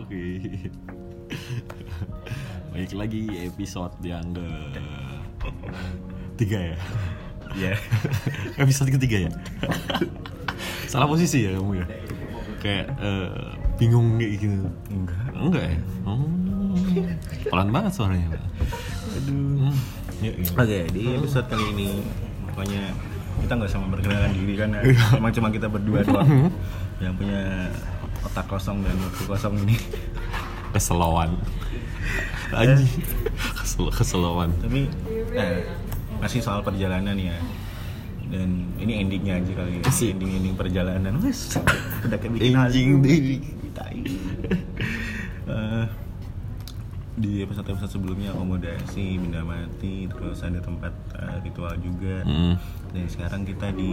Oke. Baik lagi episode yang ketiga ya. Iya. Episode ketiga ya. Salah posisi ya kamu ya. Kayak bingung kayak gitu. Enggak ya. Pelan banget suaranya. Aduh. Ya, ya. Oke, di episode kali ini pokoknya kita nggak sama memperkenalkan diri kan ya. Emang cuma kita berdua doang yang punya otak kosong dan waktu kosong ini. Keselauan. Anjing. Keselauan. Tapi masih soal perjalanan ya. Dan ini endingnya aja kali ya. Ending perjalanan. Wes. Udah kayak bikin Anjing deh. Di episode sebelumnya akomodasi, benda mati, terus ada tempat ritual juga. Dan sekarang kita di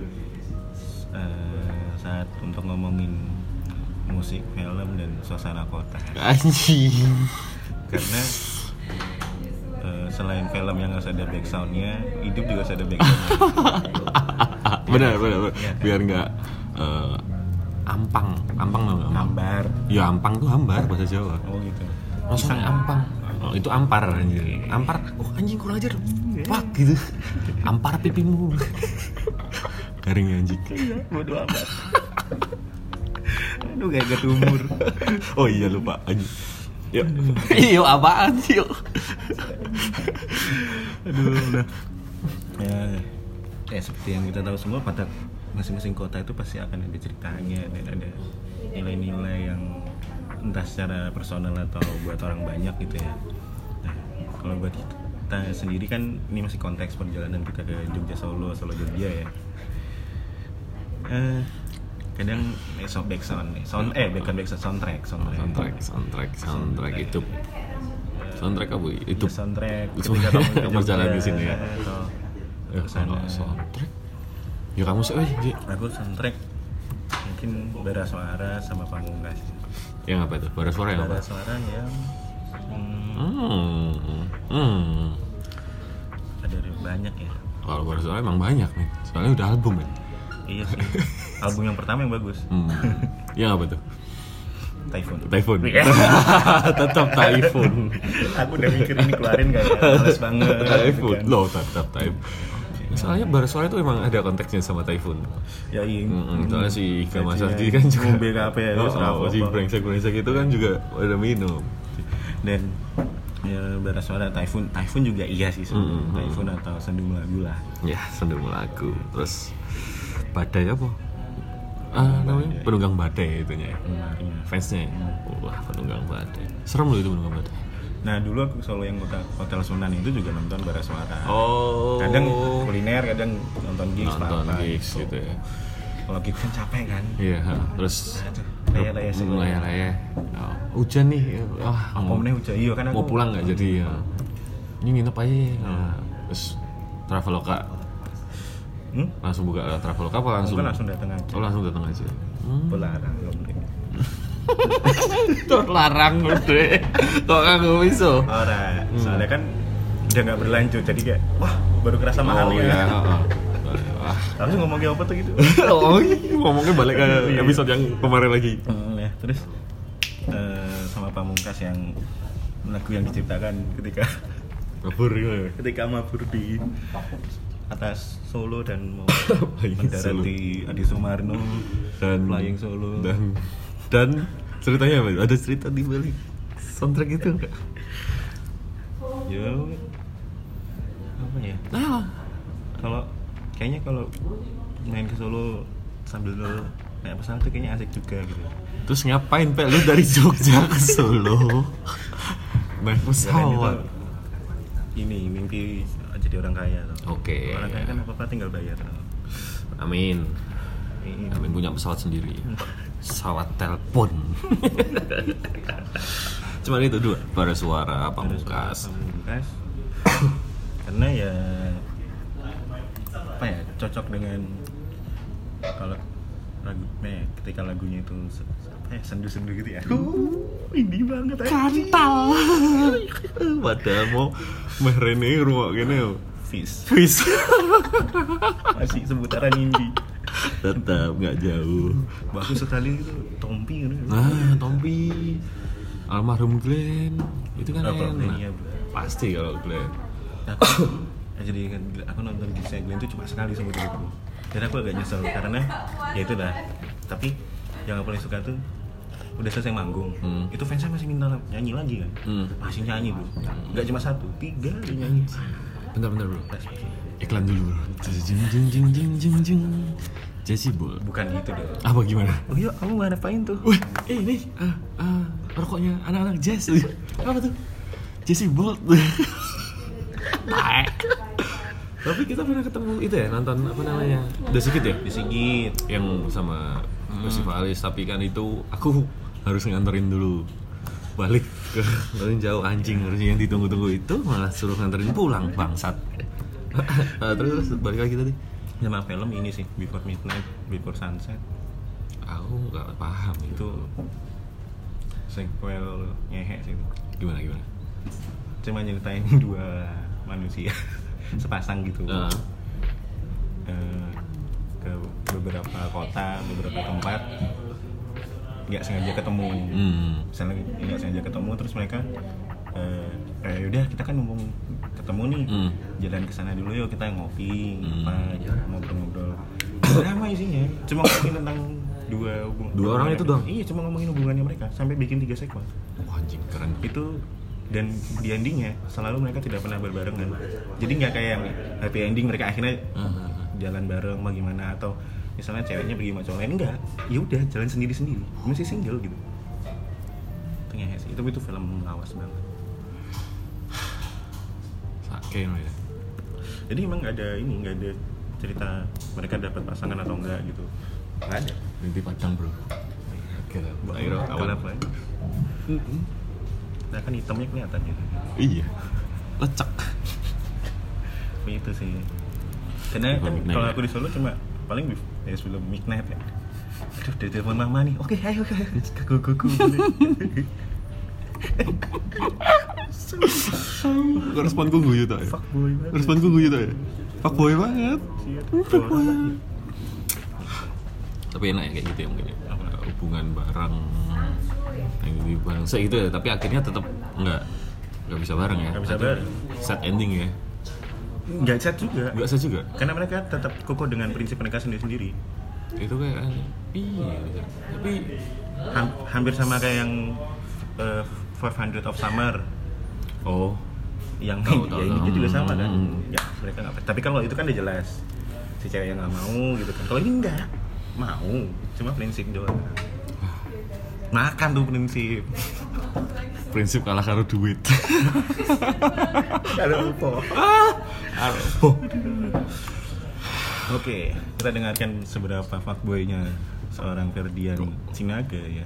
saat untuk ngomongin musik, film, dan suasana kota. Anjing. Karena selain film yang harus ada backsoundnya, hidup juga harus ada backsoundnya. Benar. Ya. Biar nggak ampang dong. Hambar. Ya ampang tuh hambar bahasa Jawa. Oh gitu. Maksudnya ampang. Oh, itu ampar anjir. Ampar. Oh anjing kurang ajar. Pak gitu. Ampar pipimu. Garing anjing. Bodoh amat. Aduh kayak gak umur. Oh iya lupa anjing. Yuk. Iyo apaan sih yuk. Aduh udah. Ya seperti yang kita tahu semua, pada masing-masing kota itu pasti akan ada ceritanya dan ada nilai-nilai yang entah secara personal atau buat orang banyak gitu ya. Nah, kalau buat kita sendiri kan ini masih konteks perjalanan kita ke Jogja Solo Jogja ya. Kadang soundtrack itu. Soundtrack apa itu? Soundtrack ketika kamu ke berjalan di sini ya. Kesana. Soundtrack. Ya kamu sih, Aku soundtrack mungkin Bara Suara sama Pamungkas. Yang apa itu? Bara Suara yang apa? Bara Suara yang ada banyak ya. Kalau Bara Suara emang banyak nih. Soalnya udah album ya. Iya sih. Album yang pertama yang bagus. Yang apa tuh? Typhoon. Tetap Typhoon. Aku udah mikir ini keluarin gak ya? Males banget. Typhoon. Gitu kan. Loh, tetap Typhoon. Soalnya Bara Suara itu emang ada konteksnya sama Typhoon. Ya iya. Soalnya si Ika Masardi kan juga BKP ya. si brengsek itu kan juga ada minum. Dan ya Bara Suara Typhoon juga iya sih sebenarnya. Typhoon atau Sendung Lagu lah. Ya, Sendung Lagu. Terus Badai apa? Namanya Penunggang Badai itunya. Fansnya. Wah, Penunggang Badai. Serem loh itu Penunggang Badai. Nah dulu aku selalu yang Hotel Sunan itu juga nonton Bara Suara. Oh. Kadang kuliner, kadang nonton gigs gitu ya. Kalau gigs kan capek kan. Iya. Terus laya-laya. Hujan nih. Ngomongnya hujan. Iya kan aku mau pulang nggak jadi ya. Ini nginep aja. Terus Traveloka. Langsung buka Traveloka apa langsung? Langsung datang aja. Oh langsung datang aja. Pelarang Terlarang udah. Kok nggak bisa? Ora, soalnya kan udah nggak berlanjut, jadi kayak wah baru kerasa mahal ya. Harus ngomongin apa tuh gitu? Ngomongnya balik ke episode yang kemarin lagi. Ya, terus sama Pamungkas yang lagu yang diciptakan ketika mabur di atas Solo dan mau mendarat di Adi Sumarno dan Flying Solo dan ceritanya apa? Ada cerita di balik soundtrack itu enggak? Yo, apa ya? Kalau main ke Solo sambil naik pesawat tuh kayaknya asik juga gitu. Terus ngapain Pak lu dari Jogja ke Solo? Naik pesawat. Ini mimpi jadi orang kaya tuh. Oke. Orang kaya kan apa-apa tinggal bayar. Amin punya pesawat sendiri. Pesawat telepon. Cuman itu dua, Bara Suara, Pamungkas. Karena ya apa ya, cocok dengan kalau ketika lagunya itu sendu-sendu gitu ya. Indie banget aja. Kantal. Padahal mau rene rumah gini. Fish. Fish. Masih seputaran indie. Tetap nggak jauh. Bagus sekali itu Tompi kan. Nah, Tompi, almarhum Glenn, itu kan enak. Iya, bro. Pasti kalau Glenn. Jadi aku nonton Gisnya Glenn itu cuma sekali sama itu. Dan aku agak nyesel karena ya itu dah. Tapi yang aku paling suka tuh udah selesai manggung, itu fansnya masih minta nyanyi lagi kan, masih nyanyi bro, nggak cuma 1, 3 dia nyanyi. Bentar bro, iklan dulu bro. Jing. Jesse Bull. Bukan gitu dong. Apa gimana? Oh iya, kamu nggak ngapain tuh? Wih, ini rokoknya anak-anak jazz. Apa tuh? Jesse Bull. Tapi kita pernah ketemu itu ya, nonton apa namanya? The Sigit ya? The Sigit yang sama festivalis, tapi kan itu aku harus nganterin dulu balik ke jauh anjing, harusnya yang ditunggu-tunggu itu malah suruh nganterin pulang, bangsat. Terus balik lagi tadi sama film ini sih, Before Midnight, Before Sunset. Aku nggak paham itu sequel ngehe sih. Gimana? Cuma nyeritain 2 manusia sepasang gitu ke beberapa kota, beberapa tempat, nggak sengaja ketemu. Misalnya nggak sengaja ketemu, terus mereka yaudah kita kan mumpung ketemu nih, jalan ke sana dulu yuk, kita ngopi, ngobrol-ngobrol. Drama isinya, cuma ngomongin tentang dua orang itu doang. Iya, cuma ngomongin hubungannya mereka sampai bikin 3 sequel. Anjing, keren. Itu dan di endingnya selalu mereka tidak pernah berbarengan. Jadi nggak kayak yang happy ending mereka akhirnya jalan bareng bagaimana, atau misalnya ceweknya pergi sama cowok lain, enggak. Ya udah jalan sendiri-sendiri, masih single gitu. Tengah sih. Itu film lawas banget. Sake ya. Jadi emang nggak ada cerita mereka dapat pasangan atau enggak gitu. Nggak ada. Mimpi Padang bro. Oke lah. Awal apa? Nah kan hitamnya kelihatan gitu. Iya. Lecek. Itu sih. Karena kan kalau aku di Solo cuma paling ya sebelum midnight ya. Aduh, dari telepon mama nih. Oke, ayo. Gugu. Responku guyu tuh ya. Fuckboy banget. Responku guyu tuh ya. Fuckboy banget. Tapi enak ya kayak gitu ya mungkin ya. Hubungan bareng yang gitu bareng gitu ya, tapi akhirnya tetap nggak bisa bareng ya. Nggak bisa bareng. Sad ending ya. Nggak sad juga. Nggak sad juga. Karena mereka tetap kokoh dengan prinsip mereka sendiri-sendiri. Itu kayak iya. Tapi hampir sama kayak yang 500 of Summer. Oh. Yang tahu, itu juga sama kan. Ya mereka nggak. Tapi kalau itu kan udah jelas si cewek yang nggak mau gitu kan. Kalau ini nggak mau, cuma prinsip doang. Makan tuh prinsip kalah karo duit. Kalau apa? Oke, kita dengarkan seberapa fuckboy-nya seorang Ferdian Sinaga ya.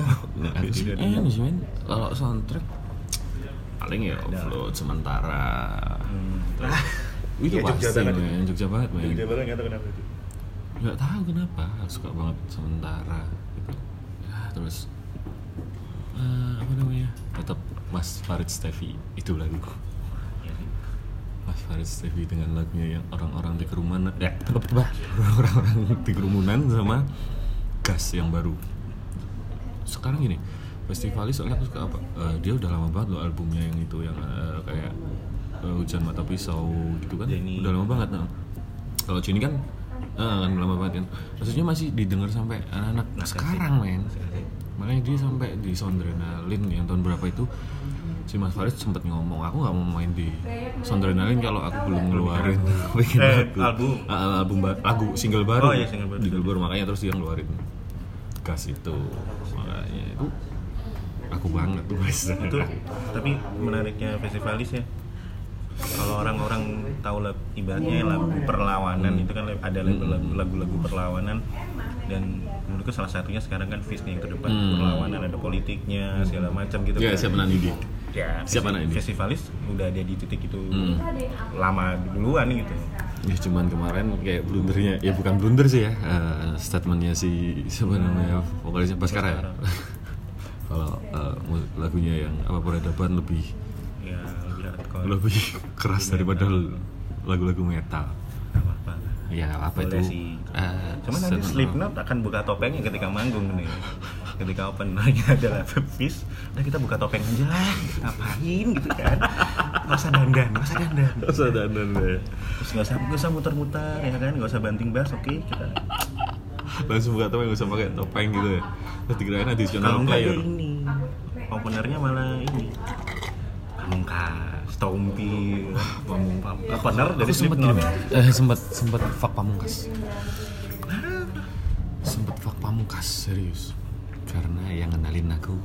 Kalau soundtrack paling ya Offload sementara. Itu pasti men, Jogja banget men. Jogja banget, nggak tahu kenapa itu. Nggak tahu kenapa, suka banget sementara gitu. Ya, terus apa namanya? Tetap Mas Farid Steffi itu laguku. Mas Farid Steffi dengan lagunya yang orang-orang di kerumunan, orang-orang di kerumunan sama Gas yang baru. Sekarang gini, festivalis soalnya aku suka apa? Dia udah lama banget loh albumnya yang itu yang kayak Hujan Mata Pisau gitu kan. Jenny. Udah lama banget. Nah. Kalau Jenny kan lama banget kan. Maksudnya masih didengar sampai anak-anak sekarang men. Makanya dia sampai di Soundrenalin yang tahun berapa itu si Mas Farid sempat ngomong, aku nggak mau main di Soundrenalin kalau aku belum ngeluarin lagu single baru. Oh iya, single baru. Makanya terus dia ngeluarin Gas itu. Makanya itu aku banget tuh guys. Itu tapi menariknya festivalis ya. Kalau orang-orang tahu ibaratnya lagu perlawanan itu kan ada lagu-lagu perlawanan, dan menurutku salah satunya sekarang kan Fish yang ke depan perlawanan, ada politiknya segala macam gitu. Ya, siapa nanti? Ya, siapa nanti? Festivalis udah ada di titik itu lama duluan gitu. Ya cuman kemarin kayak blundernya, ya bukan blunder sih ya, statementnya si siapa namanya vokalisnya Baskara ya. Kalau lagunya yang apa peradaban lebih lebih keras daripada lagu-lagu metal. Apa-apa. Ya apa boleh itu? sih. Cuman nanti Slipknot akan buka topengnya ketika manggung nih. Ketika openernya adalah Fish, nah kita buka topeng aja lah, ngapain gitu kan? Nggak usah dandan. deh. Terus nggak usah muter-muter ya kan, nggak usah banting bass, oke kita. Langsung buka topeng, nggak usah pakai topeng gitu ya. Terus dikirain additional Kalau nggak player. ya ini, openernya malah ini. Pamungkas, Tompi, opener dari Slipknot. Sempet fuck Pamungkas. Sempet fuck Pamungkas serius. Karena yang ngenalin aku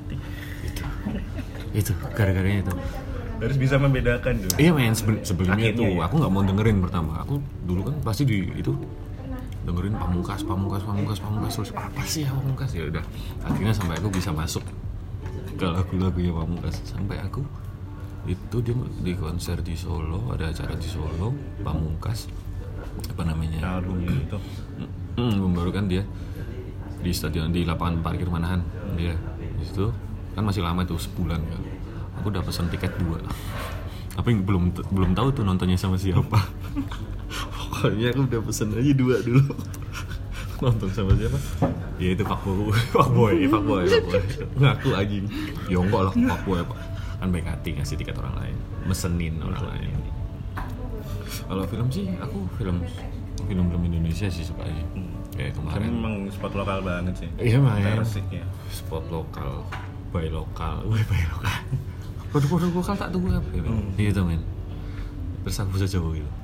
itu gara-garanya itu. Harus bisa membedakan tuh. Iya men, sebelumnya Akhirnya itu ya? aku nggak mau dengerin pertama. Aku dulu kan pasti di itu dengerin Pamungkas terus apa sih ya Pamungkas, ya udah. Akhirnya sampai aku bisa masuk ke lagu-lagunya Pamungkas. Sampai aku itu dia di konser di Solo, ada acara di Solo Pamungkas apa namanya? Albumnya itu. Baru kan dia di stadion di lapangan parkir Manahan dia di situ kan masih lama tuh sebulan kan. Aku udah pesan tiket 2 tapi belum tahu tuh nontonnya sama siapa. Pokoknya aku udah pesen aja 2 dulu. Nonton sama siapa? Ya itu fuckboy ngaku anjing. Ya enggak lah, fuckboy apa kan baik hati ngasih tiket orang lain, mesenin orang lain. Kalau film sih aku film Indonesia sih suka aja. Kayak kemarin Memang spot lokal banget sih. iya main Resik ya. spot lokal, buy lokal. Produk lokal tak tunggu apa ya? Iya tuh men. Terus aku bisa Jawa gitu.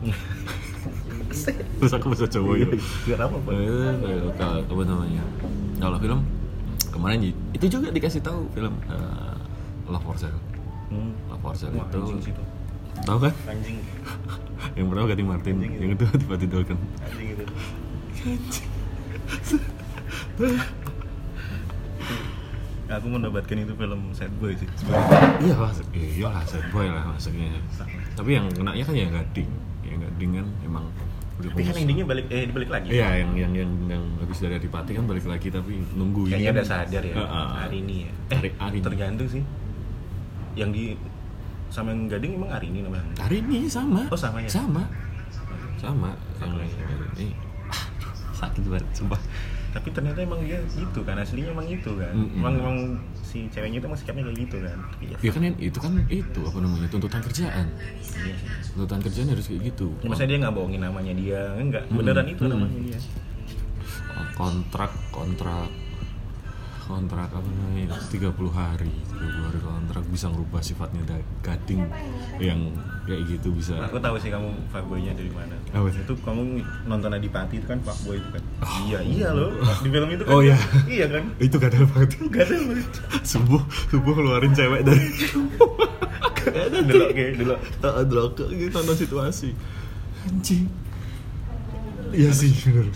Biar apa Pak? Buy lokal apa namanya? Kalau film kemarin itu juga dikasih tahu film Love for Sale. Love for Sale Wah, itu anjing situ. tahu kan? Anjing. Yang pertama ganti Martin, yang kedua tiba-tiba kan. Anjing itu. Aku mendapatkan itu film sad boy sih. Iyalah sad boy lah maksudnya. Tapi yang kenanya kan yang gading kan emang udah Tapi kan pengusaha. endingnya balik lagi. Iya yang habis dari Adipati kan balik lagi tapi nungguin. Kayaknya udah sadar ya hari ini ya. Hari ini. Tergantung sih. Yang di sama yang gading emang hari ini namanya. Hari ini sama. Oh, sama ya? Sama. Yang ini. Sakit banget sumpah. Tapi ternyata emang dia gitu kan, aslinya emang itu kan. Emang si ceweknya itu emang sikapnya kayak gitu kan. Ya kan itu apa namanya tuntutan kerjaan. Iya sih. Tuntutan kerjaan harus kayak gitu. Maksudnya dia nggak bohongin namanya dia, enggak. Beneran itu namanya dia. Kontrak apa namanya 30 hari kontrak bisa ngerubah sifatnya gading yang kayak gitu bisa. Aku tahu sih kamu fuckboy-nya dari mana. Apa sih? Itu kamu nonton Adipati itu kan fuckboy itu kan. Iya loh. Di film itu kan. Oh iya. Iya kan. Itu gadal banget. Gadal banget. Subuh keluarin cewek dari delok gitu nonton situasi. Anjing. Iya sih benar.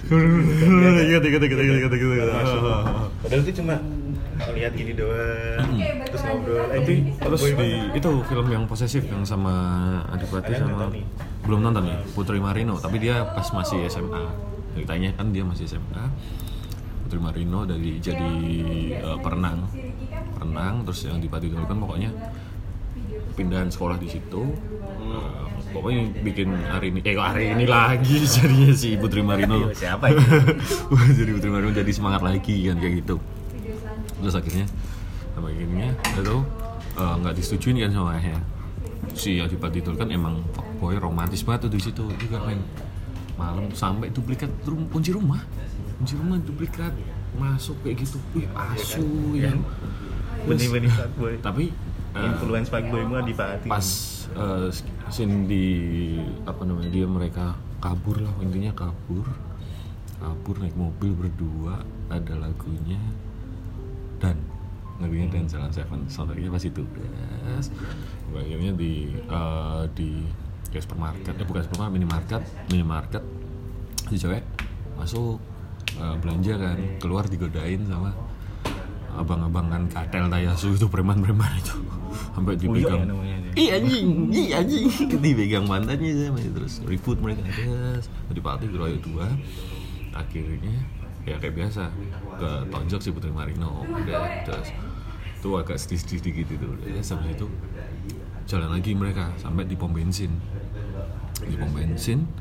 Padahal itu cuma lihat gini doang, terus ngobrol. Tapi terus di itu film yang posesif yang sama Adipati sama belum nonton nih Putri Marino, tapi dia pas masih SMA. Ceritanya kan dia masih SMA. Putri Marino jadi perenang terus yang Adipati dulu kan pokoknya pindahan sekolah di situ. Pokoknya bikin hari ini lagi jadinya si Putri Marino. Siapa ya? Jadi Putri Marino jadi semangat lagi kan kayak gitu. Terus akhirnya itu nggak disetujuin kan sama ayahnya. Si Adipati itu kan emang fuckboy romantis banget tuh di situ juga main malam sampai duplikat kunci rumah duplikat masuk kayak gitu. Wih asu ya. Benih-benih fuckboy. Tapi influence fuckboy-mu Adipati. pas scene di apa namanya mereka kabur lah, intinya kabur naik mobil berdua, ada lagunya dan Jalan Seven, soundtracknya pas itu. Yes. Akhirnya di kayak supermarket, bukan supermarket, minimarket si cewek masuk belanja kan, keluar digodain sama abang-abangan kartel Tayasu itu, preman-preman itu sampai dipegang. Iya anjing dipegang mantannya sama terus ribut mereka terus Adipati geroyok 2. Akhirnya ya kayak biasa ke tonjok si Putri Marino udah, terus itu agak sedih gitu ya. Sampai itu jalan lagi mereka sampai di pom bensin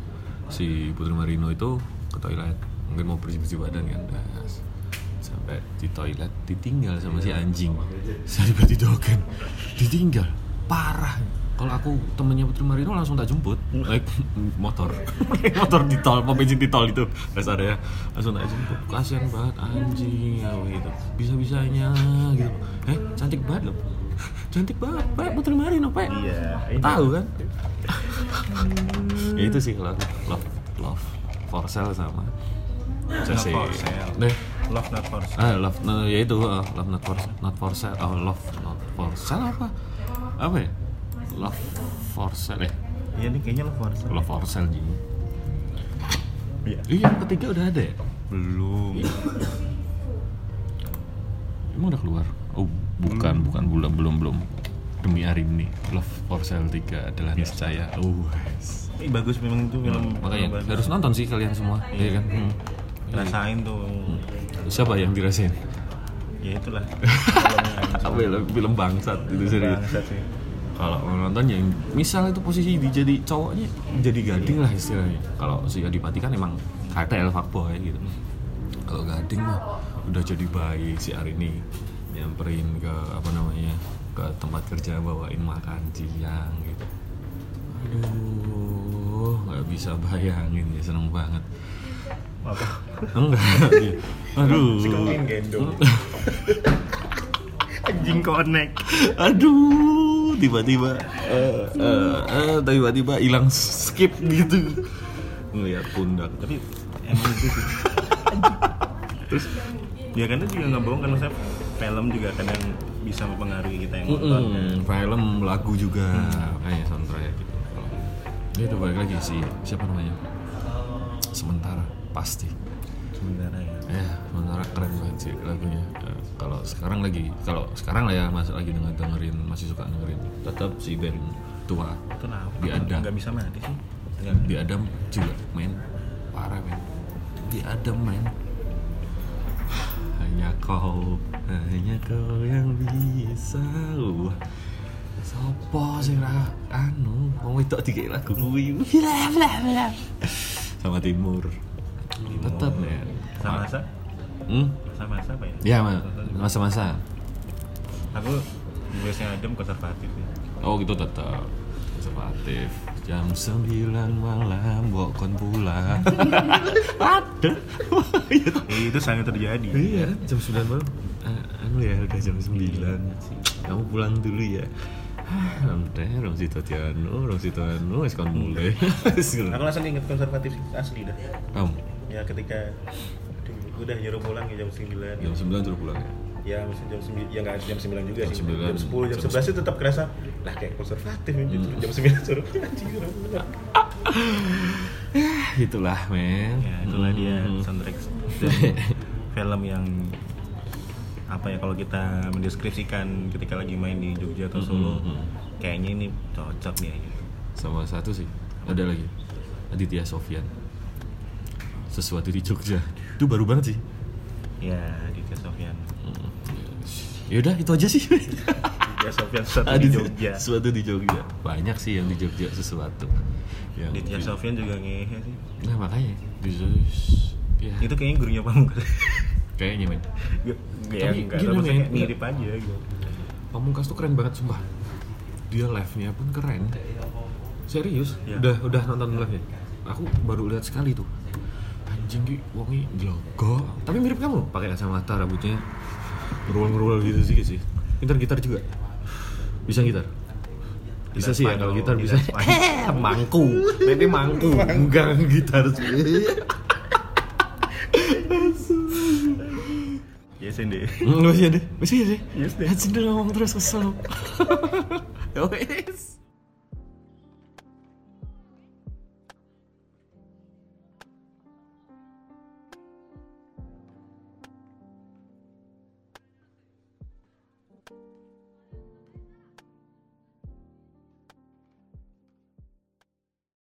si Putri Marino itu ke toilet, mungkin mau bersih badan kan, sampai di toilet ditinggal sama si anjing. Saya tiba-tiba ditinggal, parah. Kalau aku temennya Putri Marino langsung tak jemput, naik motor di tol, pom bensin di tol itu, rest area, langsung tak jemput. Kasian banget anjing, gitu. Bisa-bisanya gitu. Cantik banget loh, cantik banget, Pak Putri Marino, Pak. Iya. Tahu kan? Ya itu sih kalau love for sale sama Jesse. Love not for sale. Love, ya itu love not for sale. Love not for sale apa ya? Love for sale Iya nih kayaknya love for sale. Love for sale Jing. Iya. Yang ketiga udah ada ya? Belum. Emang udah keluar? Oh, bukan belum. Demi Arimni, Love for Sale 3 adalah niscaya. Bagus memang itu film. Makanya bagus. harus nonton sih kalian semua, ya kan? Rasain tuh. Siapa yang dirasain? Ya itulah. Apa ya, film bangsat itu serius. Bangsat sih. Kalau nonton yang misal itu posisi jadi cowoknya jadi gading lah istilahnya. Kalau si Adipati kan emang KTL fuckboy gitu. Kalau gading mah udah jadi bayi, si Arini nyamperin ke ke tempat kerja, bawain makan siang gitu. Aduh, nggak bisa bayangin ya, seneng banget. Apa? Enggak. Aduh. Sekelin gendong. Anjing connect. Aduh, tiba-tiba hilang skip gitu. Ngeliat pundak. Tapi emang itu sih. Terus ya karena juga nggak bohong kan, maksudnya film juga kadang bisa mempengaruhi kita yang nonton. Film, lagu juga kayak soundtrack gitu. Dia udah balik lagi sih, siapa namanya? Sementara pasti. Sementara ya. Sementara keren banget sih lagunya. Kalau sekarang lah ya, masih lagi dengerin, masih suka dengerin. Tetap si band tua. Kenapa? Di Adam. Nggak bisa mati sih. Di Adam juga main parah men. Di Adam main. Hanya kau yang bisa. Sopo sing ra wong wedok dikek lagu kuwi. Sama Timur. Tetap men. Masa-masa? Masa-masa apa ya? Ya, masa-masa. Aku biasanya Adam konservatif ya. Oh gitu, tetap konservatif. Jam 9 malam kon pulang. Ada. Itu sangat terjadi. Iya, jam 9 malam. Ya udah jam 9. Kamu pulang dulu ya. Nanti Rong Sitotiano wis kon mulai. Aku langsung inget konservatif asli dah. Ya ketika udah nyuruh pulang ya jam 9. Jam 9 suruh pulang ya. Ya maksudnya jam 9, ya nggak jam 9 juga Jam sih. 9, Jam 10, jam 11 itu tetap kerasa lah kayak konservatif ini. Jam 9 suruh anjing pulang. Itulah men. Ya itulah dia soundtrack dan film yang apa ya, kalau kita mendeskripsikan ketika lagi main di Jogja atau Solo, kayaknya ini cocok nih. Sama satu sih, ada lagi Aditya Sofyan, Sesuatu di Jogja. Itu baru banget sih. Ya, Aditya Sofyan. Yaudah itu aja sih. Aditya Sofyan Sesuatu di Jogja. Banyak sih yang di Jogja sesuatu. Aditya Sofyan juga ngehe sih. Nah makanya ya. Itu kayaknya gurunya Pamungkas. Kayaknya men. Tapi gini men, mirip aja gitu. Pamungkas tuh keren banget sumpah. Dia live-nya pun keren. Serius? Ya. Udah nonton live-nya? Aku baru lihat sekali tuh. Anjing ki wongi glogo. Tapi mirip kamu, pakai kacamata, rambutnya ngerul gitu sih. Pintar gitar juga. Bisa gitar? Bisa sih ya, kalau gitar bisa. Mangku. Nanti mangku. Enggak gitar. Yes deh. Masih deh. Yes deh. Hancur ngomong terus kesel. Yowes.